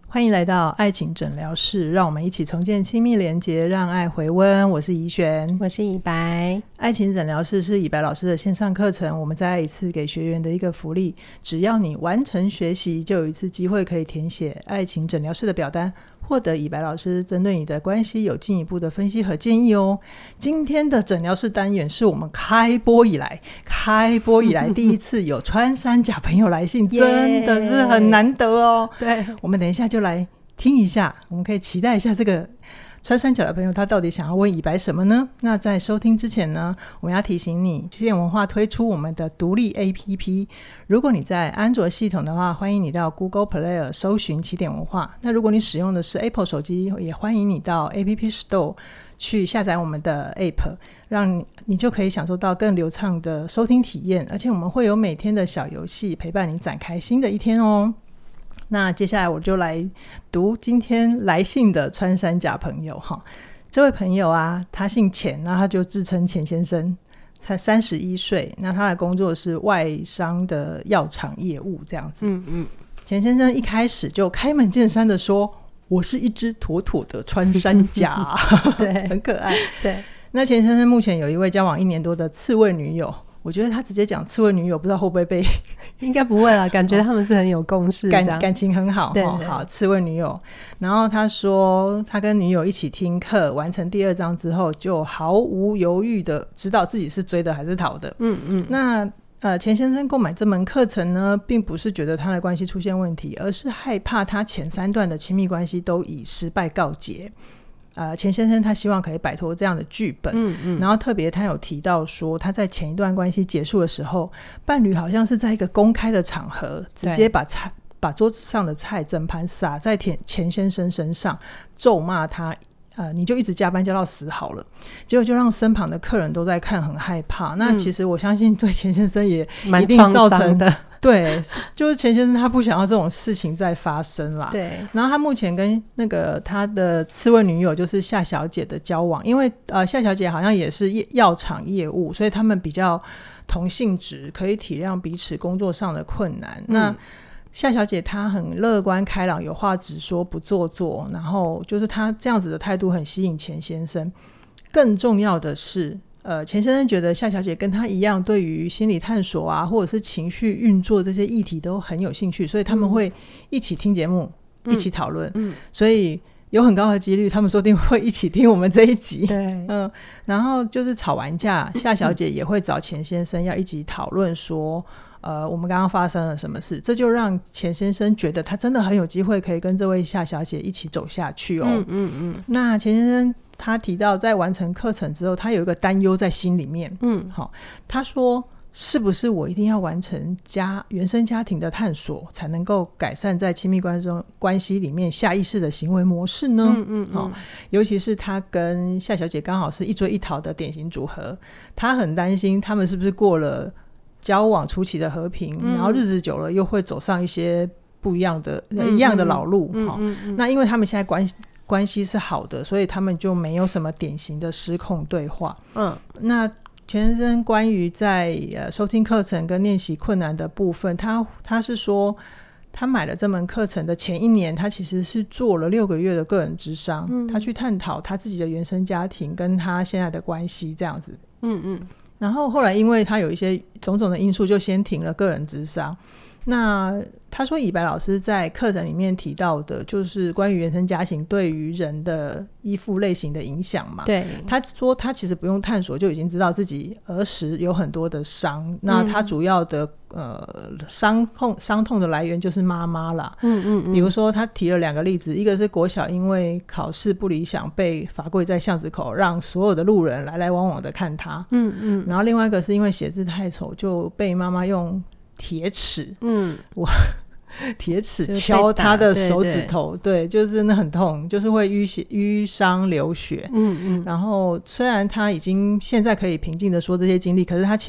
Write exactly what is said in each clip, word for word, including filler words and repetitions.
欢迎来到爱情诊疗室，让我们一起重建亲密连结，让爱回温。我是怡璇， 我是以白。 爱情诊疗室是以白老师的线上课程，我们再来一次给学员的一个福利，只要你完成学习，就有一次机会可以填写爱情诊疗室的表单，获得以白老师针对你的关系有进一步的分析和建议哦。今天的诊疗室单元是我们开播以来开播以来第一次有穿山甲朋友来信真的是很难得哦。 对， 我们等一下就来听一下，我们可以期待一下这个穿山甲的朋友他到底想要问以白什么呢？那在收听之前呢，我们要提醒你，起点文化推出我们的独立 A P P， 如果你在安卓系统的话，欢迎你到 Google Play 搜寻起点文化，那如果你使用的是 Apple 手机，也欢迎你到 A P P Store 去下载我们的 App， 让 你, 你就可以享受到更流畅的收听体验，而且我们会有每天的小游戏陪伴你展开新的一天哦。那接下来我就来读今天来信的穿山甲朋友哈。这位朋友啊，他姓钱，那他就自称钱先生，他三十一岁，那他的工作是外商的药厂业务这样子。嗯嗯，钱先生一开始就开门见山的说，我是一只妥妥的穿山甲对，很可爱。对，那钱先生目前有一位交往一年多的刺猬女友，我觉得他直接讲刺猬女友，不知道会不会被应该不会啦，感觉他们是很有共识， 感, 感情很好。对对，好，刺猬女友。然后他说他跟女友一起听课，完成第二章之后就毫无犹豫的知道自己是追的还是逃的。嗯嗯，那呃，钱先生购买这门课程呢，并不是觉得他的关系出现问题，而是害怕他前三段的亲密关系都以失败告捷。呃，钱先生他希望可以摆脱这样的剧本。嗯嗯，然后特别他有提到说，他在前一段关系结束的时候，伴侣好像是在一个公开的场合直接把菜把桌子上的菜整盘撒在钱先生身上，咒骂他呃，你就一直加班加到死好了，结果就让身旁的客人都在看，很害怕。那其实我相信对钱先生也一定造成的，对，就是钱先生他不想要这种事情再发生啦。对，然后他目前跟那个他的刺猬女友就是夏小姐的交往，因为呃夏小姐好像也是药厂业务，所以他们比较同性质，可以体谅彼此工作上的困难。嗯，那夏小姐她很乐观开朗，有话直说，不做作，然后就是她这样子的态度很吸引钱先生。更重要的是呃，钱先生觉得夏小姐跟他一样，对于心理探索啊，或者是情绪运作这些议题都很有兴趣，所以他们会一起听节目，嗯，一起讨论。嗯，所以有很高的几率他们说不定会一起听我们这一集。对，嗯，然后就是吵完架，夏小姐也会找钱先生要一起讨论说呃，我们刚刚发生了什么事，这就让钱先生觉得他真的很有机会可以跟这位夏小姐一起走下去哦。嗯嗯嗯。那钱先生他提到，在完成课程之后，他有一个担忧在心里面。嗯，好，他说，是不是我一定要完成家原生家庭的探索，才能够改善在亲密关系中关系里面下意识的行为模式呢？嗯嗯嗯。尤其是他跟夏小姐刚好是一追一逃的典型组合，他很担心他们是不是过了交往初期的和平，嗯，然后日子久了又会走上一些不一样的、嗯、一样的老路。嗯嗯嗯，那因为他们现在关系关系是好的，所以他们就没有什么典型的失控对话。嗯，那钱先生关于在、呃、收听课程跟练习困难的部分，他他是说他买了这门课程的前一年，他其实是做了六个月的个人諮商。嗯，他去探讨他自己的原生家庭跟他现在的关系这样子。嗯嗯，然后后来因为他有一些种种的因素，就先停了个人諮商。那他说以白老师在课程里面提到的就是关于原生家庭对于人的依附类型的影响嘛。对，他说他其实不用探索就已经知道自己儿时有很多的伤，那他主要的、嗯、呃伤痛伤痛的来源就是妈妈啦。嗯嗯嗯，比如说他提了两个例子，一个是国小因为考试不理想被罚跪在巷子口，让所有的路人来来往往的看他。嗯嗯，然后另外一个是因为写字太丑就被妈妈用铁尺，嗯，我铁尺敲他的手指头， 对, 对, 对，就是真的很痛，就是会淤血淤伤流血。嗯嗯，然后虽然他已经现在可以平静的说这些经历，可是他其实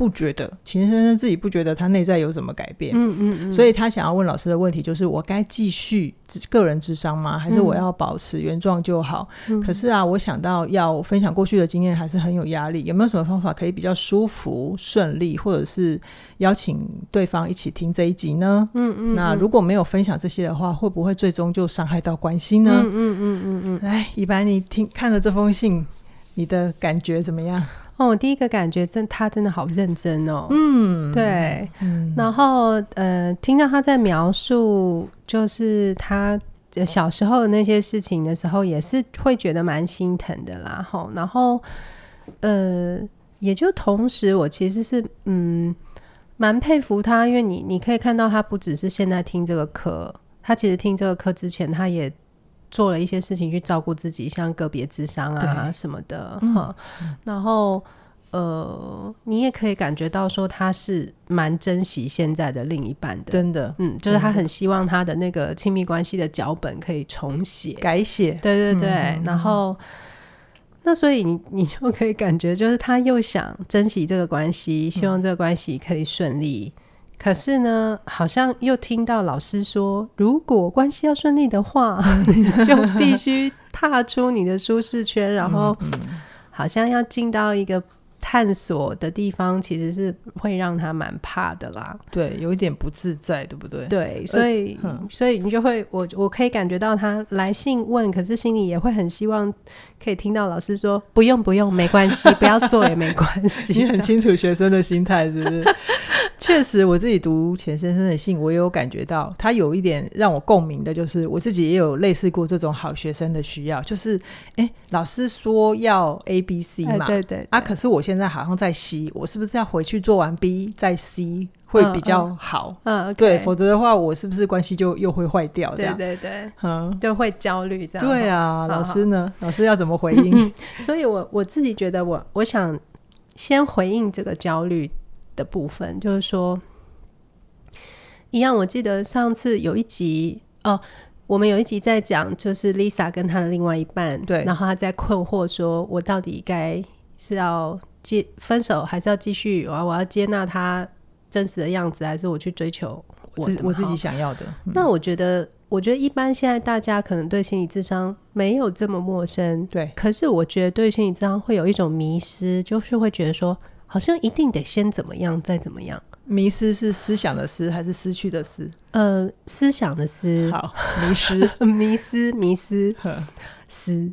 不觉得，秦先生自己不觉得他内在有什么改变， 嗯嗯嗯， 所以他想要问老师的问题就是我该继续个人諮商吗？还是我要保持原状就好、嗯、可是啊我想到要分享过去的经验还是很有压力，有没有什么方法可以比较舒服顺利，或者是邀请对方一起听这一集呢？嗯 嗯, 嗯，那如果没有分享这些的话，会不会最终就伤害到关系呢？嗯嗯嗯嗯嗯。来，以白，你听看了这封信你的感觉怎么样？ 哦，我第一个感觉真他真的好认真哦，嗯，对，嗯，然后呃，听到他在描述就是他小时候的那些事情的时候，也是会觉得蛮心疼的啦，吼，然后呃，也就同时我其实是嗯蛮佩服他，因为你你可以看到他不只是现在听这个课，他其实听这个课之前他也做了一些事情去照顾自己，像个别諮商啊什么的、嗯、然后呃，你也可以感觉到说他是蛮珍惜现在的另一半的， 真的， 嗯，就是他很希望他的那个亲密关系的脚本可以重写改写， 对对对、嗯、然后那所以你你就可以感觉就是他又想珍惜这个关系，希望这个关系可以顺利、嗯，可是呢好像又听到老师说如果关系要顺利的话你就必须踏出你的舒适圈，然后好像要进到一个探索的地方，其实是会让他蛮怕的啦， 对，有一点不自在，对不对？ 对，所以、呃、所以你就会我我可以感觉到他来信问，可是心里也会很希望可以听到老师说不用不用没关系不要做也没关系你很清楚学生的心态是不是？确实我自己读钱先生的信，我也有感觉到他有一点让我共鸣的，就是我自己也有类似过这种好学生的需要，就是哎，老师说要 A B C 嘛、 哎、对, 对对啊，可是我现在好像在 C， 我是不是要回去做完 B 再 C会比较好？嗯, 嗯, 嗯对、okay、否则的话我是不是关系就又会坏掉这样？ 对对对、嗯、就会焦虑这样。 对啊，老师呢？老师要怎么回应？ 所以我我自己觉得我我想先回应这个焦虑的部分，就是说一样，我记得上次有一集哦，我们有一集在讲就是 Lisa 跟她的另外一半，对，然后她在困惑说我到底该是要接分手还是要继续，我要接纳她真实的样子，还是我去追求我的我自己想要的、 嗯、那我觉得我觉得一般现在大家可能对心理諮商没有这么陌生，对，可是我觉得对心理諮商会有一种迷失，就是会觉得说好像一定得先怎么样再怎么样。 迷失是思想的思还是失去的失？ 呃，思想的思。 好，迷失迷失迷失思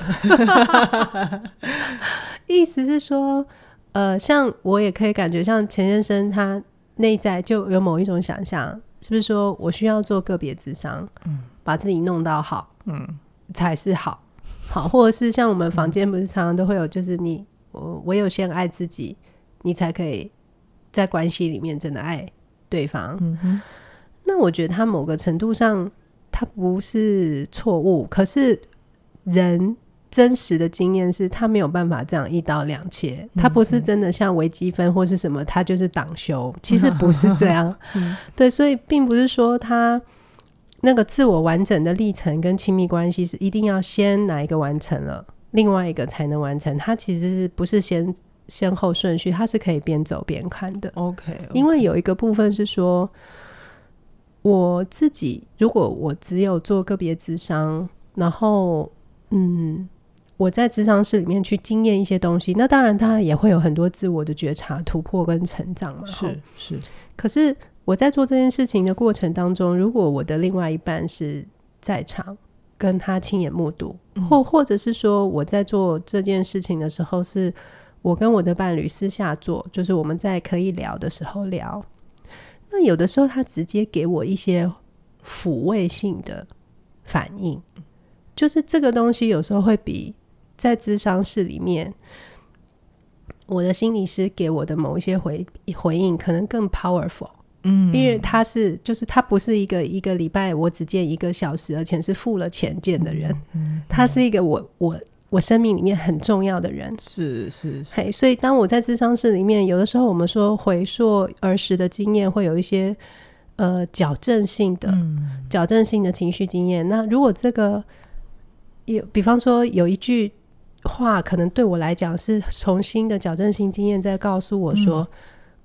意思是说呃，像我也可以感觉像钱先生他内在就有某一种想象，是不是说我需要做个别諮商、嗯、把自己弄到好、嗯、才是好好，或者是像我们房间不是常常都会有就是你我唯有先爱自己你才可以在关系里面真的爱对方、嗯、哼，那我觉得他某个程度上他不是错误，可是人真实的经验是他没有办法这样一刀两切、嗯、他不是真的像微积分或是什么他就是挡修，其实不是这样、嗯、对，所以并不是说他那个自我完整的历程跟亲密关系是一定要先哪一个完成了另外一个才能完成，他其实不是先先后顺序，它是可以边走边看的。 okay, OK， 因为有一个部分是说我自己如果我只有做个别諮商，然后嗯，我在諮商室里面去经验一些东西，那当然它也会有很多自我的觉察突破跟成长嘛， 是是。 可是我在做这件事情的过程当中，如果我的另外一半是在场跟他亲眼目睹、嗯、或或者是说我在做这件事情的时候是我跟我的伴侣私下做，就是我们在可以聊的时候聊，那有的时候他直接给我一些抚慰性的反应，就是这个东西有时候会比在諮商室里面我的心理师给我的某一些 回, 回应可能更 powerful，嗯，因为他是就是他不是一个一个礼拜我只见一个小时而且是付了钱见的人，嗯嗯、他是一个我我我生命里面很重要的人， 是是是。 嘿，所以当我在諮商室里面，有的时候我们说回溯儿时的经验会有一些呃矫正性的、嗯、矫正性的情绪经验，那如果这个有比方说有一句话可能对我来讲是重新的矫正性经验在告诉我说、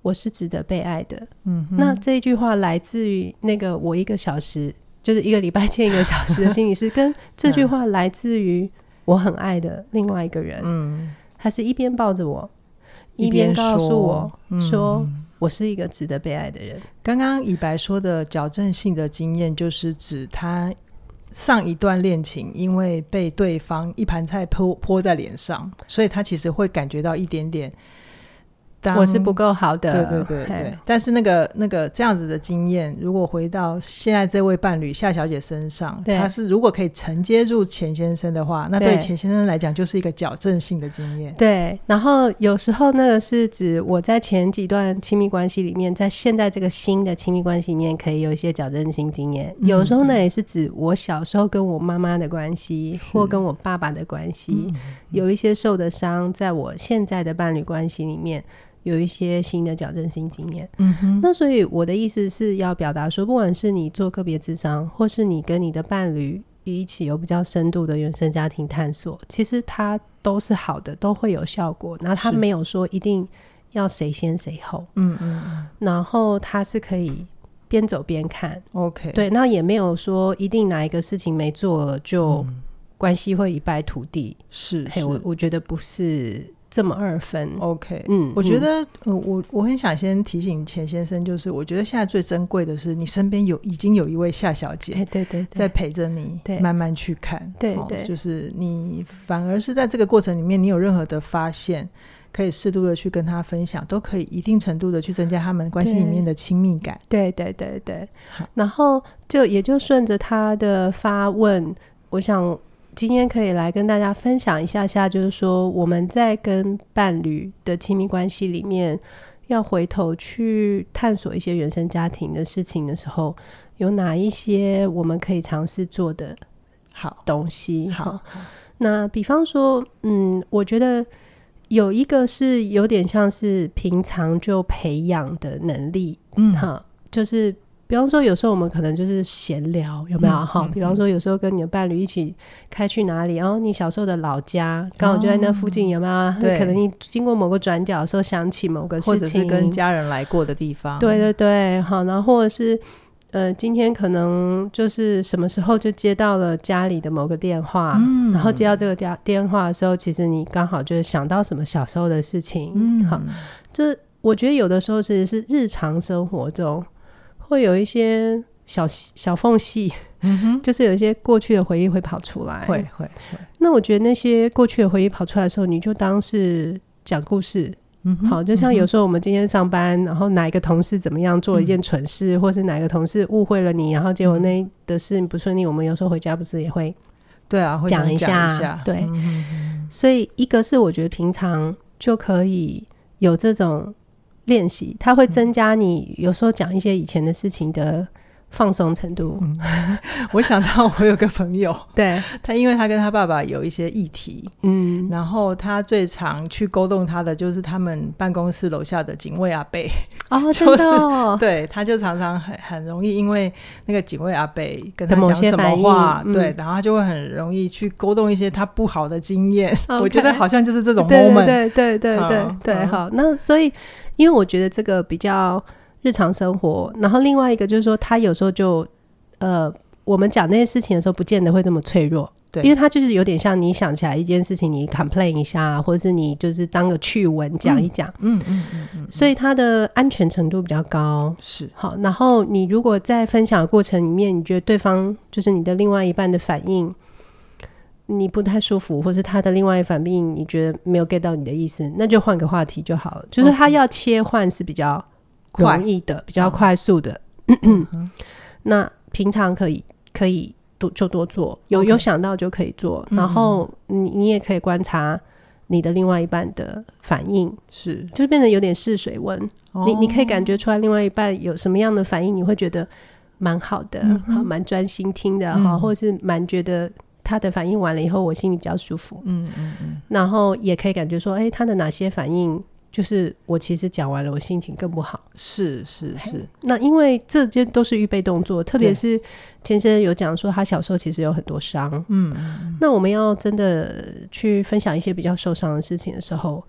我是值得被爱的。嗯，那这一句话来自于那个我一个小时就是一个礼拜见一个小时的心理师跟这句话来自于我很爱的另外一个人。嗯，他是一边抱着我一边告诉我 说,、嗯、说我是一个值得被爱的人。 刚刚以白说的矫正性的经验就是指他上一段恋情因为被对方一盘菜泼泼在脸上，所以他其实会感觉到一点点我是不够好的。 对对对对，但是那个那个这样子的经验如果回到现在这位伴侣夏小姐身上，她是如果可以承接住钱先生的话，那对钱先生来讲就是一个矫正性的经验。 对，然后有时候那个是指我在前几段亲密关系里面，在现在这个新的亲密关系里面可以有一些矫正性经验、嗯、有时候呢也是指我小时候跟我妈妈的关系或跟我爸爸的关系、嗯、有一些受的伤在我现在的伴侣关系里面有一些新的矫正性经验。嗯哼，那所以我的意思是要表达说，不管是你做个别咨商，或是你跟你的伴侣一起有比较深度的原生家庭探索，其实它都是好的，都会有效果。然后它没有说一定要谁先谁后。嗯嗯，然后它是可以边走边看。OK， 对，那也没有说一定哪一个事情没做了就关系会一败涂地。是，嘿，我我觉得不是这么二分。 OK， 嗯，我觉得、嗯呃、我我很想先提醒钱先生，就是我觉得现在最珍贵的是你身边有已经有一位夏小姐、欸、对对对，在陪着你慢慢去看。对对、哦，就是你反而是在这个过程里面你有任何的发现可以适度的去跟他分享，都可以一定程度的去增加他们关系里面的亲密感。 对对对对，然后就也就顺着他的发问，我想今天可以来跟大家分享一下下，就是说我们在跟伴侣的亲密关系里面要回头去探索一些原生家庭的事情的时候，有哪一些我们可以尝试做的东西。 好, 好, 好那比方说嗯，我觉得有一个是有点像是平常就培养的能力。嗯，好，就是比方说有时候我们可能就是闲聊，有没有、嗯、比方说有时候跟你的伴侣一起开去哪里，然后、哦、你小时候的老家刚好就在那附近，有没有、哦、可能你经过某个转角的时候想起某个事情， 或者是跟家人来过的地方。 对对对，好，然后或者是呃，今天可能就是什么时候就接到了家里的某个电话、嗯、然后接到这个电电话的时候，其实你刚好就是想到什么小时候的事情。嗯，好，就是我觉得有的时候其实是日常生活中会有一些小小缝隙、嗯、哼，就是有一些过去的回忆会跑出来。会会会。那我觉得那些过去的回忆跑出来的时候，你就当是讲故事。嗯、好，就像有时候我们今天上班、嗯、然后哪一个同事怎么样做了一件蠢事、嗯、或是哪个同事误会了你，然后结果那的事不顺利、嗯、我们有时候回家不是也会对啊讲一下， 一下对、 嗯、 所以一个是我觉得平常就可以有这种练习，它会增加你有时候讲一些以前的事情的放松程度、嗯、 我想到我有个朋友对， 他因为他跟他爸爸有一些议题，嗯，然后他最常去勾动他的就是他们办公室楼下的警卫阿伯。 哦， 就是、 真的哦， 对，他就常常很很容易因为那个警卫阿伯跟他讲什么话、嗯、对，然后他就会很容易去勾动一些他不好的经验、okay, 我觉得好像就是这种 moment。 对对对对对、嗯、对、嗯、好，那所以因为我觉得这个比较日常生活，然后另外一个就是说他有时候就呃，我们讲那些事情的时候不见得会这么脆弱，对，因为他就是有点像你想起来一件事情你 complain 一下，或者是你就是当个趣闻讲一讲，嗯嗯嗯 嗯, 嗯，所以他的安全程度比较高。是，好，然后你如果在分享的过程里面你觉得对方就是你的另外一半的反应你不太舒服，或是他的另外一反应你觉得没有 get 到你的意思，那就换个话题就好了，就是他要切换是比较容易的，比较快速的、嗯、那平常可以可以多就多做，有、okay. 有想到就可以做，然后你你也可以观察你的另外一半的反应，是就变得有点试水温、哦、你你可以感觉出来另外一半有什么样的反应你会觉得蛮好的，蛮专心听的、嗯、或者是蛮觉得他的反应完了以后我心里比较舒服，嗯嗯嗯，然后也可以感觉说哎，他的哪些反应就是我其实讲完了我心情更不好。是是是，那因为这些都是预备动作，特别是钱先生有讲说他小时候其实有很多伤，嗯，那我们要真的去分享一些比较受伤的事情的时候，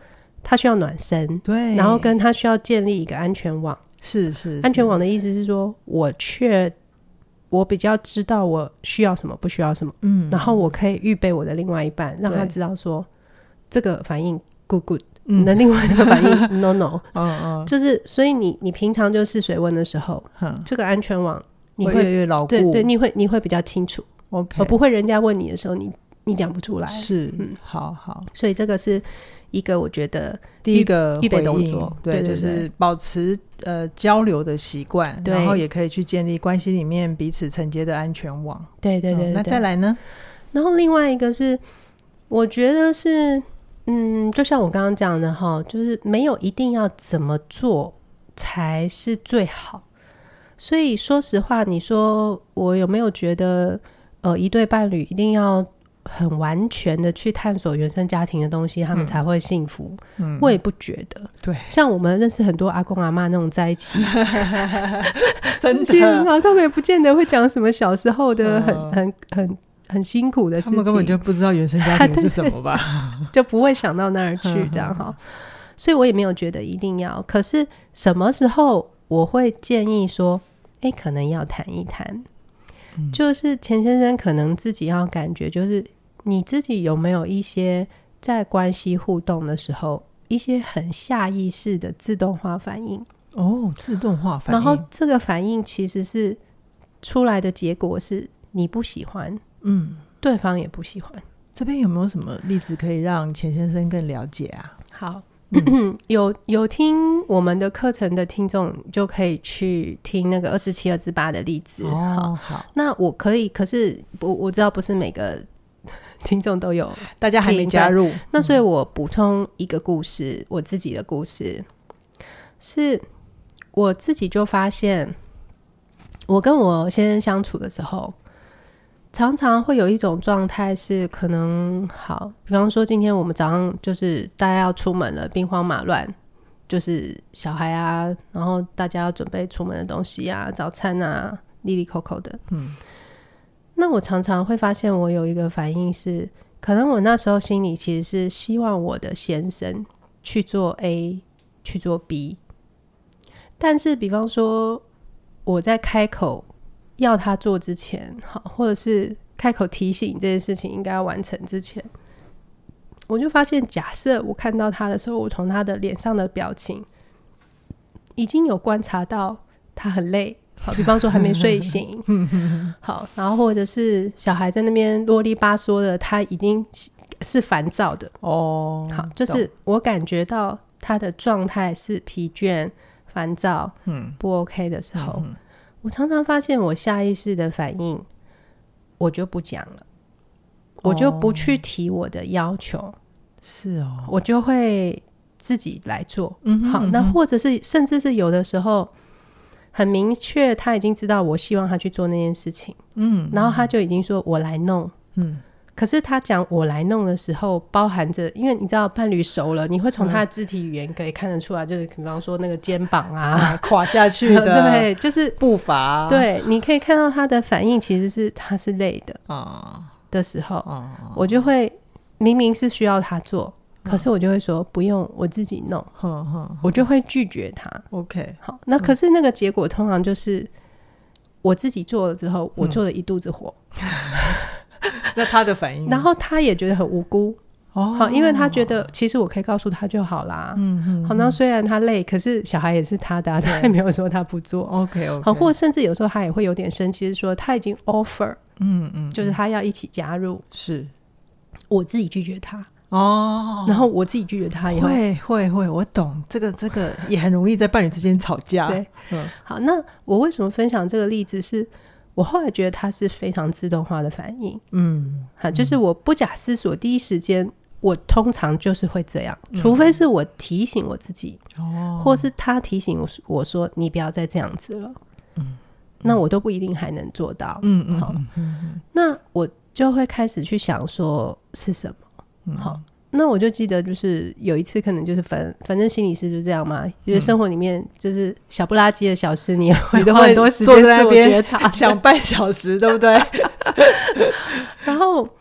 他需要暖身， 对， 然后跟他需要建立一个安全网。 是 是, 是安全网的意思是说，我却我比较知道我需要什么不需要什么，嗯，然后我可以预备我的另外一半，让他知道说这个反应 good good，你的另外一个反应 no no， 嗯嗯，就是所以你你平常就试水温的时候，这个安全网你会越来越牢固， 对对，你会你会比较清楚 ，OK， 而不会人家问你的时候你你讲不出来， 是，嗯，好好， 所以这个是一个我觉得第一个预备动作， 对，对对对，就是保持呃交流的习惯，然后也可以去建立关系里面彼此承接的安全网， 对对 对, 对、嗯、 那再来呢？ 然后另外一个是我觉得是嗯，就像我刚刚讲的哈，就是没有一定要怎么做才是最好。所以说实话，你说我有没有觉得呃，一对伴侣一定要很完全的去探索原生家庭的东西他们才会幸福、嗯、我也不觉得。对，像我们认识很多阿公阿嬷那种在一起真的，然后他们也不见得会讲什么小时候的很、嗯、很很很辛苦的事情， 他们根本就不知道原生家庭是什么吧就不会想到那儿去这样哈。所以我也没有觉得一定要，可是什么时候我会建议说哎，可能要谈一谈、嗯、就是钱先生可能自己要感觉，就是你自己有没有一些在关系互动的时候一些很下意识的自动化反应。 哦，自动化反应， 然后这个反应其实是出来的结果是你不喜欢，嗯，对方也不喜欢。 这边有没有什么例子可以让钱先生更了解啊？ 好，嗯、有有听我们的课程的听众就可以去听那个二至七二至八的例子。 哦，好， 那我可以，可是我我知道不是每个听众都有， 大家还没加入， 那所以我补充一个故事、嗯、我自己的故事是我自己就发现，我跟我先生相处的时候常常会有一种状态是可能好，比方说今天我们早上就是大家要出门了，兵荒马乱，就是小孩啊，然后大家要准备出门的东西啊，早餐啊，哩哩扣扣的。嗯，那我常常会发现我有一个反应是，可能我那时候心里其实是希望我的先生去做 A 去做 B， 但是比方说我在开口要他做之前，好，或者是开口提醒这件事情应该要完成之前，我就发现假设我看到他的时候，我从他的脸上的表情已经有观察到他很累，好，比方说还没睡醒好，然后或者是小孩在那边啰里吧嗦的，他已经是烦躁的哦。好，就是我感觉到他的状态是疲倦烦躁、嗯、不 OK 的时候、嗯、我常常发现我下意识的反应我就不讲了、哦、我就不去提我的要求， 是哦， 我就会自己来做、嗯、好，那或者是甚至是有的时候很明确他已经知道我希望他去做那件事情，嗯，然后他就已经说我来弄，嗯，可是他讲我来弄的时候包含着，因为你知道伴侣熟了，你会从他的肢体语言可以看得出来、嗯、就是比方说那个肩膀啊垮下去的对，就是步伐， 对，你可以看到他的反应其实是他是累的、啊、的时候、啊、我就会明明是需要他做，可是我就会说不用，我自己弄、嗯、我就会拒绝他 OK， 好，那可是那个结果通常就是我自己做了之后我做了一肚子火、嗯那他的反应， 然后他也觉得很无辜、哦、好，因为他觉得其实我可以告诉他就好啦，嗯嗯，好，那虽然他累，可是小孩也是他的、啊、他也没有说他不做 OK OK， 好，或者甚至有时候他也会有点生气，是说他已经 offer， 嗯嗯，就是他要一起加入，是我自己拒绝他哦，然后我自己拒绝他以后， 会会会，我懂，这个这个也很容易在伴侣之间吵架。 对、嗯，好，那我为什么分享这个例子是？我后来觉得它是非常自动化的反应，嗯，好，就是我不假思索，第一时间我通常就是会这样，嗯、除非是我提醒我自己，哦，或是他提醒我我说你不要再这样子了，嗯，那我都不一定还能做到，嗯嗯，好，嗯嗯嗯，那我就会开始去想说是什么，嗯、好。那我就记得就是有一次可能就是反反正心理师就这样嘛，因为生活里面就是小不拉几的小事你也会花很多时间自我觉察， 想半小时对不对然后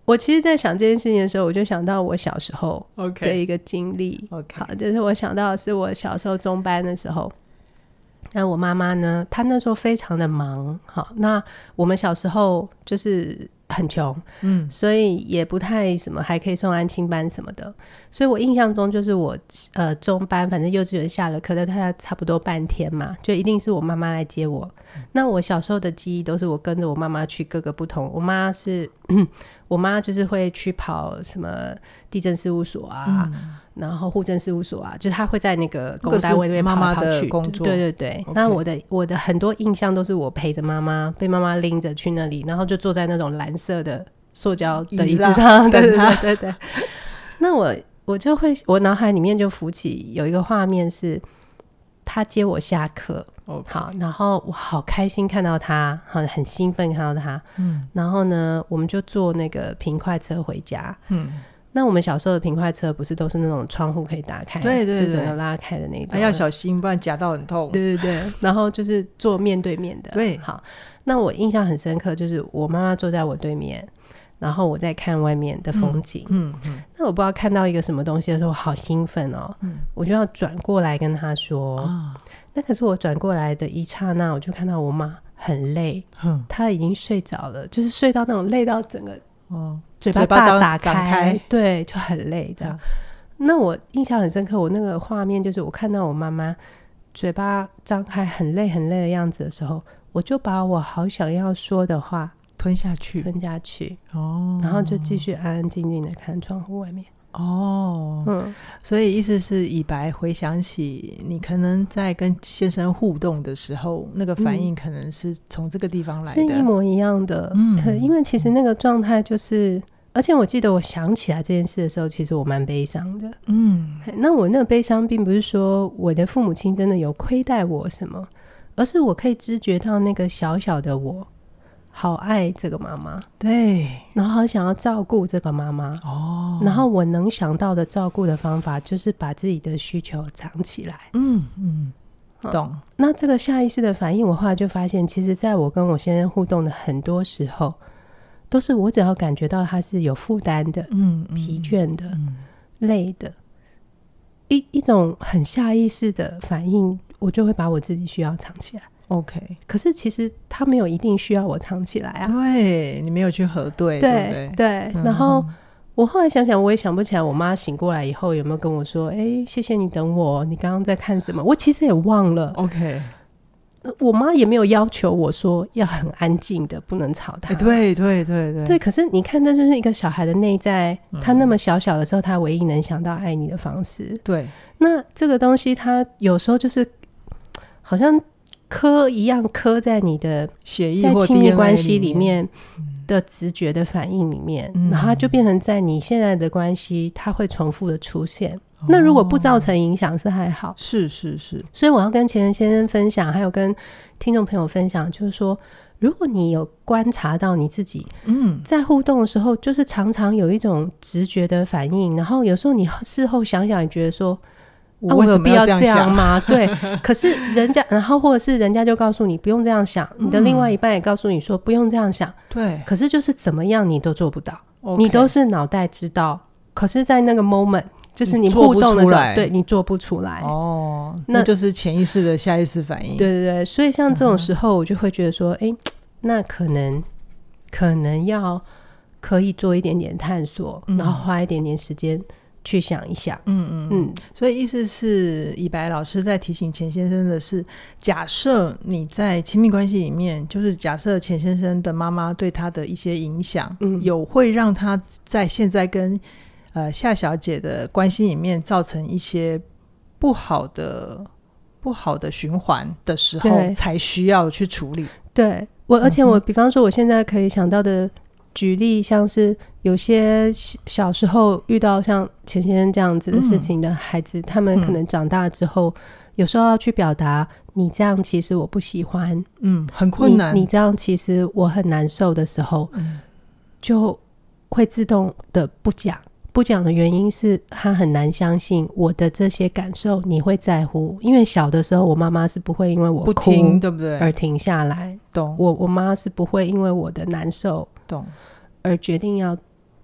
我其实在想这件事情的时候，我就想到我小时候的一个经历。 Okay. 好，就是我想到的是我小时候中班的时候，那我妈妈呢，她那时候非常的忙。好，那我们小时候就是很穷，嗯，所以也不太什么还可以送安亲班什么的，所以我印象中就是我呃中班反正幼稚园下了课，他差不多半天嘛，就一定是我妈妈来接我。嗯、那我小时候的记忆都是我跟着我妈妈去各个不同，我妈是我妈就是会去跑什么地震事务所啊、嗯、然后户政事务所啊，就是她会在那个公单位那边跑来跑去， 妈妈的工作， 对对对、okay. 那我的我的很多印象都是我陪着妈妈，被妈妈拎着去那里，然后就坐在那种蓝色的塑胶的椅子上，对对对对对。那我我就会我脑海里面就浮起有一个画面是她接我下课、okay. 好，然后我好开心看到她，很兴奋看到她、嗯、然后呢我们就坐那个平快车回家。嗯，那我们小时候的平快车不是都是那种窗户可以打开， 对对对， 就整个拉开的那种、 啊、要小心不然夹到很痛。 对对对，然后就是坐面对面的。 对， 好，那我印象很深刻，就是我妈妈坐在我对面，然后我在看外面的风景。嗯 嗯, 嗯，那我不知道看到一个什么东西的时候好兴奋哦、嗯、我就要转过来跟她说、哦、那可是我转过来的一刹那，我就看到我妈很累、嗯、她已经睡着了，就是睡到那种累到整个哦嘴巴大打开，开对，就很累这样、嗯、那我印象很深刻，我那个画面就是我看到我妈妈嘴巴张开很累很累的样子的时候，我就把我好想要说的话吞下去吞下去哦，然后就继续安安静静的看窗户外面。 哦，嗯，所以意思是以白回想起你可能在跟先生互动的时候，那个反应可能是从这个地方来的、 嗯、是一模一样的。嗯，因为其实那个状态就是，而且我记得我想起来这件事的时候，其实我蛮悲伤的。嗯，那我那个悲伤并不是说我的父母亲真的有亏待我什么，而是我可以知觉到那个小小的我好爱这个妈妈， 对， 然后好想要照顾这个妈妈哦，然后我能想到的照顾的方法就是把自己的需求藏起来。嗯嗯，懂。那这个下意识的反应，我后来就发现其实在我跟我先生互动的很多时候，都是我只要感觉到他是有负担的、嗯嗯、疲倦的、嗯、累的，一一种很下意识的反应，我就会把我自己需要藏起来。 OK， 可是其实他没有一定需要我藏起来啊。 对，你没有去核对，对对不对？ 对、嗯、然后我后来想想，我也想不起来我妈醒过来以后有没有跟我说哎，谢谢你等我，你刚刚在看什么，我其实也忘了。 OK， 我妈也没有要求我说要很安静的不能吵她、欸、 对对对对对，可是你看这就是一个小孩的内在、嗯、他那么小小的时候他唯一能想到爱你的方式。 对， 那这个东西他有时候就是好像刻一样刻在你的血液在亲密关系里面的直觉的反应里面、嗯、然后它就变成在你现在的关系它会重复的出现、哦、那如果不造成影响是还好， 是是是。 所以我要跟前任先生分享，还有跟听众朋友分享，就是说如果你有观察到你自己嗯，在互动的时候就是常常有一种直觉的反应，然后有时候你事后想想你觉得说我为什么要这样想、 啊、吗？对，可是人家然后或者是人家就告诉你不用这样想、嗯、你的另外一半也告诉你说不用这样想， 对， 可是就是怎么样你都做不到、okay. 你都是脑袋知道，可是在那个 moment 就是你互动的时候，对，你做不出来哦，那就是潜意识的下意识反应。 对对对，所以像这种时候我就会觉得说哎、嗯，那可能可能要可以做一点点探索、嗯、然后花一点点时间去想一想。嗯嗯嗯，所以意思是以白老师在提醒钱先生的是，假设你在亲密关系里面，就是假设钱先生的妈妈对他的一些影响、嗯、有会让他在现在跟呃夏小姐的关系里面造成一些不好的不好的循环的时候才需要去处理。 对，我而且我、嗯、比方说我现在可以想到的举例，像是有些小时候遇到像钱先生这样子的事情的孩子、嗯、他们可能长大之后、嗯、有时候要去表达你这样其实我不喜欢， 嗯，很困难， 你, 你这样其实我很难受的时候、嗯、就会自动的不讲。不讲的原因是他很难相信我的这些感受你会在乎，因为小的时候我妈妈是不会因为我哭对不对而停下来，懂？我我妈是不会因为我的难受懂而决定要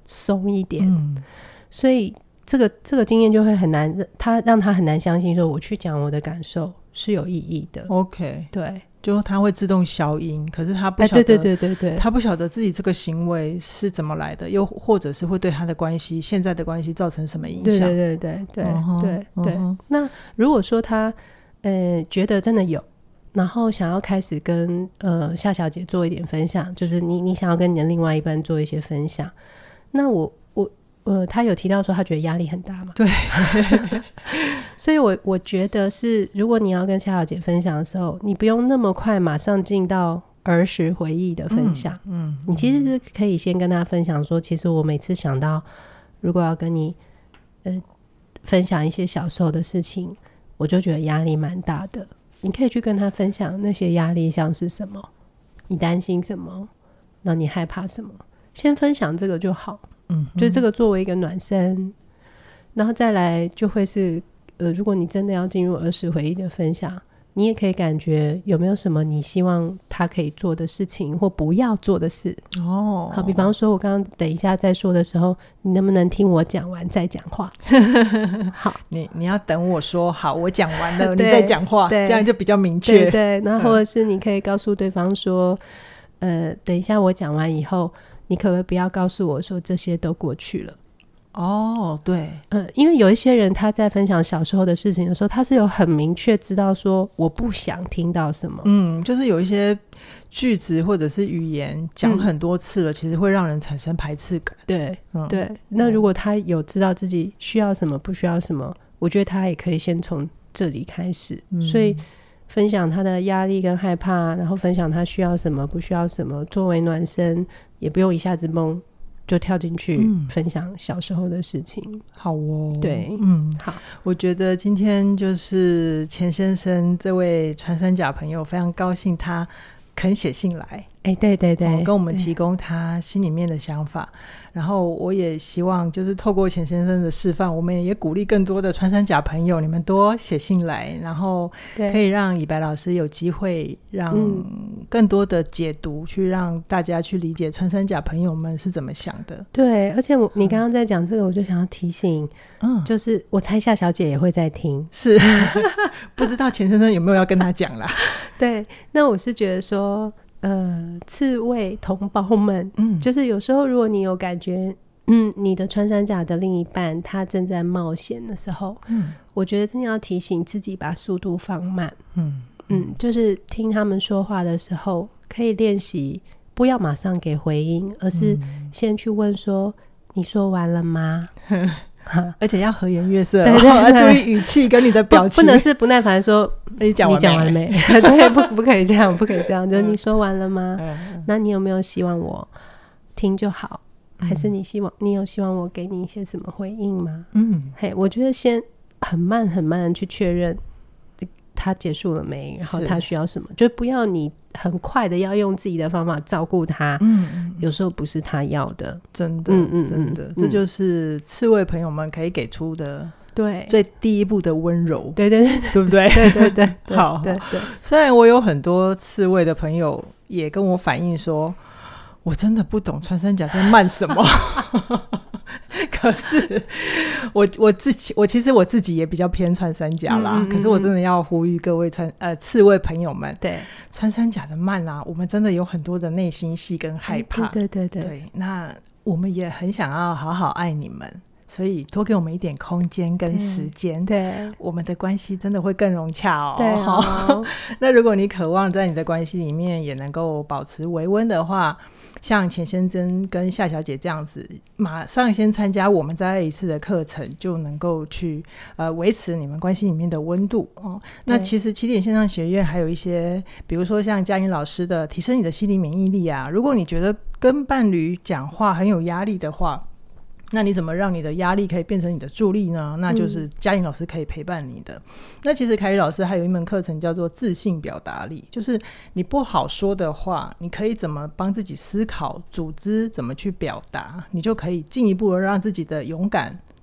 松一点、 嗯、 所以这个这个经验就会很难，他让他很难相信说我去讲我的感受是有意义的。 OK， 对， 就他会自动消音，可是他不晓得、 哎、对对对对对， 他不晓得自己这个行为是怎么来的，又或者是会对他的关系现在的关系造成什么影响。 对对对对对、uh-huh, 对对、 uh-huh. 那如果说他呃觉得真的有，然后想要开始跟呃夏小姐做一点分享，就是你你想要跟你的另外一半做一些分享，那我我呃他有提到说他觉得压力很大嘛， 对所以我我觉得是如果你要跟夏小姐分享的时候，你不用那么快马上进到儿时回忆的分享， 嗯, 嗯，你其实是可以先跟他分享说，其实我每次想到如果要跟你呃分享一些小时候的事情，我就觉得压力蛮大的。你可以去跟他分享那些压力像是什么，你担心什么，那你害怕什么，先分享这个就好，嗯，就这个作为一个暖身，然后再来就会是呃，如果你真的要进入儿时回忆的分享，你也可以感觉有没有什么你希望他可以做的事情或不要做的事哦。好，比方说我刚刚等一下再说的时候，你能不能听我讲完再讲话好， 你你要等我说好我讲完了你再讲话，这样就比较明确。 对对，然后或者是你可以告诉对方说、嗯、呃，等一下我讲完以后，你可不可以不要告诉我说这些都过去了。 哦，对， 呃，因为有一些人他在分享小时候的事情的时候，他是有很明确知道说我不想听到什么， 嗯，就是有一些句子或者是语言讲很多次了、嗯、其实会让人产生排斥感。 对、嗯、对，那如果他有知道自己需要什么不需要什么，我觉得他也可以先从这里开始、嗯、所以分享他的压力跟害怕，然后分享他需要什么不需要什么，作为暖身，也不用一下子懵就跳进去分享小时候的事情、嗯、 好哦， 对， 嗯， 好， 我觉得今天就是钱先生这位穿山甲朋友非常高兴他肯写信来， 哎，对对对、 哦、跟我们提供他心里面的想法，然后我也希望就是透过钱先生的示范，我们也鼓励更多的穿山甲朋友，你们多写信来，然后可以让以白老师有机会让更多的解读、嗯、去让大家去理解穿山甲朋友们是怎么想的。 对，而且我你刚刚在讲这个、嗯、我就想要提醒，嗯，就是我猜夏小姐也会在听， 是不知道钱先生有没有要跟他讲啦对，那我是觉得说呃，刺猬同胞们、嗯、就是有时候如果你有感觉嗯，你的穿山甲的另一半他正在冒险的时候，嗯，我觉得真的要提醒自己把速度放慢，嗯嗯，就是听他们说话的时候可以练习不要马上给回应，而是先去问说、嗯、你说完了吗而且要和颜悦色， 对对对， 要注意语气跟你的表情， 不, 不能是不耐烦说你讲完了没对， 不, 不可以这样，不可以这样，就是你说完了吗、嗯、那你有没有希望我听就好、嗯、还是你希望你有希望我给你一些什么回应吗？嗯，嘿，我觉得先很慢很慢的去确认他结束了没，然后他需要什么，就不要你很快的要用自己的方法照顾他，嗯，有时候不是他要的， 真的，嗯嗯真的、嗯、这就是刺猬朋友们可以给出的对最第一步的温柔， 对对对， 对不对？ 对对对对， 好，对对。虽然我有很多刺猬的朋友也跟我反映说，我真的不懂穿山甲在慢什么可是我我自己我其实我自己也比较偏穿山甲啦、嗯嗯嗯、可是我真的要呼吁各位穿呃刺猬朋友们，对穿山甲的慢啊，我们真的有很多的内心戏跟害怕、嗯、对对对 对, 对，那我们也很想要好好爱你们，所以多给我们一点空间跟时间， 对, 对我们的关系真的会更融洽哦。对哦那如果你渴望在你的关系里面也能够保持维温的话，像钱先生跟夏小姐这样子马上先参加我们再一次的课程，就能够去呃维持你们关系里面的温度哦。那其实起点线上学院还有一些比如说像嘉颖老师的提升你的心理免疫力啊，如果你觉得跟伴侣讲话很有压力的话，那你怎么让你的压力可以变成你的助力呢？那就是嘉颖老师可以陪伴你的、嗯、那其实凯宇老师还有一门课程叫做自信表达力，就是你不好说的话，你可以怎么帮自己思考组织怎么去表达，你就可以进一步的让自己的勇敢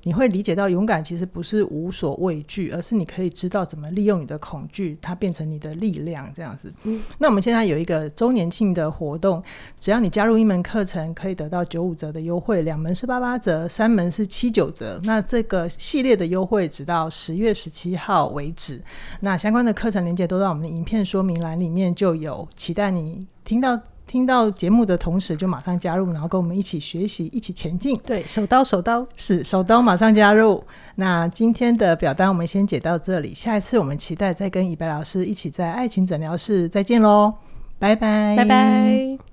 你会理解到勇敢其实不是无所畏惧，而是你可以知道怎么利用你的恐惧，它变成你的力量这样子、嗯、那我们现在有一个周年庆的活动，只要你加入一门课程可以得到九五折的优惠，两门是八八折，三门是七九折，那这个系列的优惠直到十月十七号为止。那相关的课程连结都在我们的影片说明栏里面就有，期待你听到听到节目的同时就马上加入，然后跟我们一起学习，一起前进。 对，手刀手刀是手刀，马上加入。那今天的表单我们先解到这里，下一次我们期待再跟以白老师一起在爱情诊疗室再见咯，拜拜拜拜。